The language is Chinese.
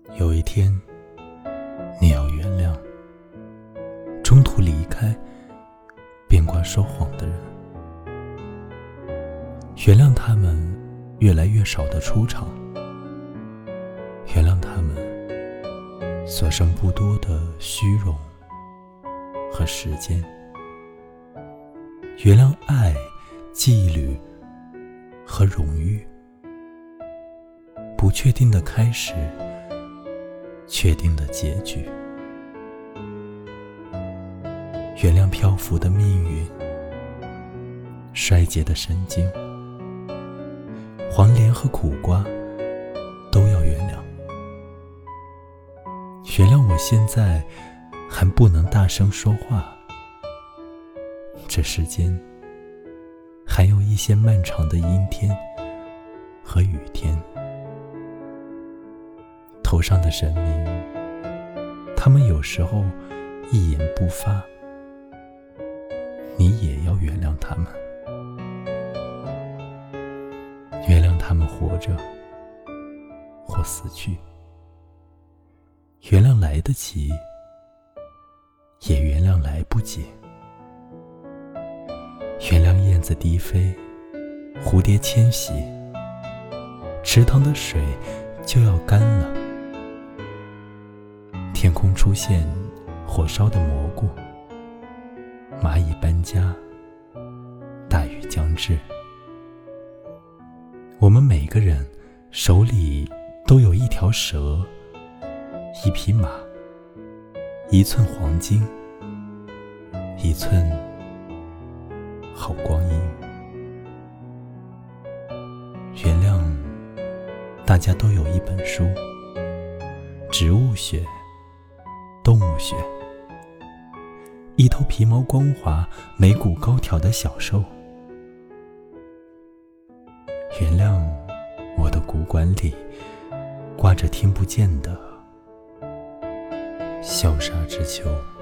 有一天，你要原谅中途离开便挂说谎的人，原谅他们越来越少的出场，原谅他们所剩不多的虚荣和时间，原谅爱、纪律和荣誉，不确定的开始，确定的结局。原谅漂浮的命运，衰竭的神经，黄连和苦瓜都要原谅。原谅我现在还不能大声说话，这世间还有一些漫长的阴天和雨天。头上的神明，他们有时候一言不发，你也要原谅他们。原谅他们活着或死去，原谅来得及，也原谅来不及。原谅燕子低飞，蝴蝶迁徙，池塘的水就要干了，天空出现火烧的蘑菇，蚂蚁搬家，大雨将至。我们每个人手里都有一条蛇，一匹马，一寸黄金，一寸好光阴。原谅大家都有一本书，植物学、动物学，一头皮毛光滑、眉骨高挑的小兽。原谅我的骨管里挂着听不见的萧杀之秋。